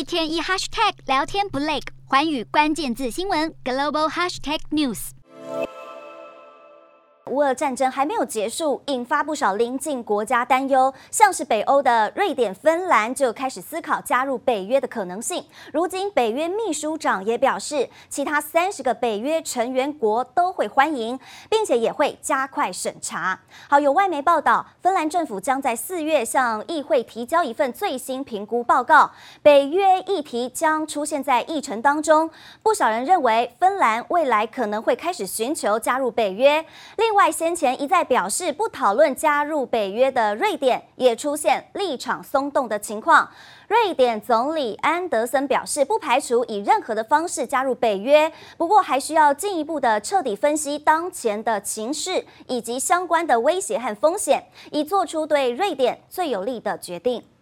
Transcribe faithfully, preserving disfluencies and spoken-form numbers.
天一 hashtag 聊天不累，寰宇关键字新闻 global hashtag news。 乌俄战争还没有结束，引发不少邻近国家担忧，像是北欧的瑞典、芬兰就开始思考加入北约的可能性。如今，北约秘书长也表示，其他三十个北约成员国都会欢迎，并且也会加快审查。好，有外媒报道，芬兰政府将在四月向议会提交一份最新评估报告，北约议题将出现在议程当中。不少人认为，芬兰未来可能会开始寻求加入北约。另外，先前一再表示不讨论加入北约的瑞典，也出现立场松动的情况。瑞典总理安德森表示，不排除以任何的方式加入北约，不过还需要进一步的彻底分析当前的情势以及相关的威胁和风险，以做出对瑞典最有利的决定。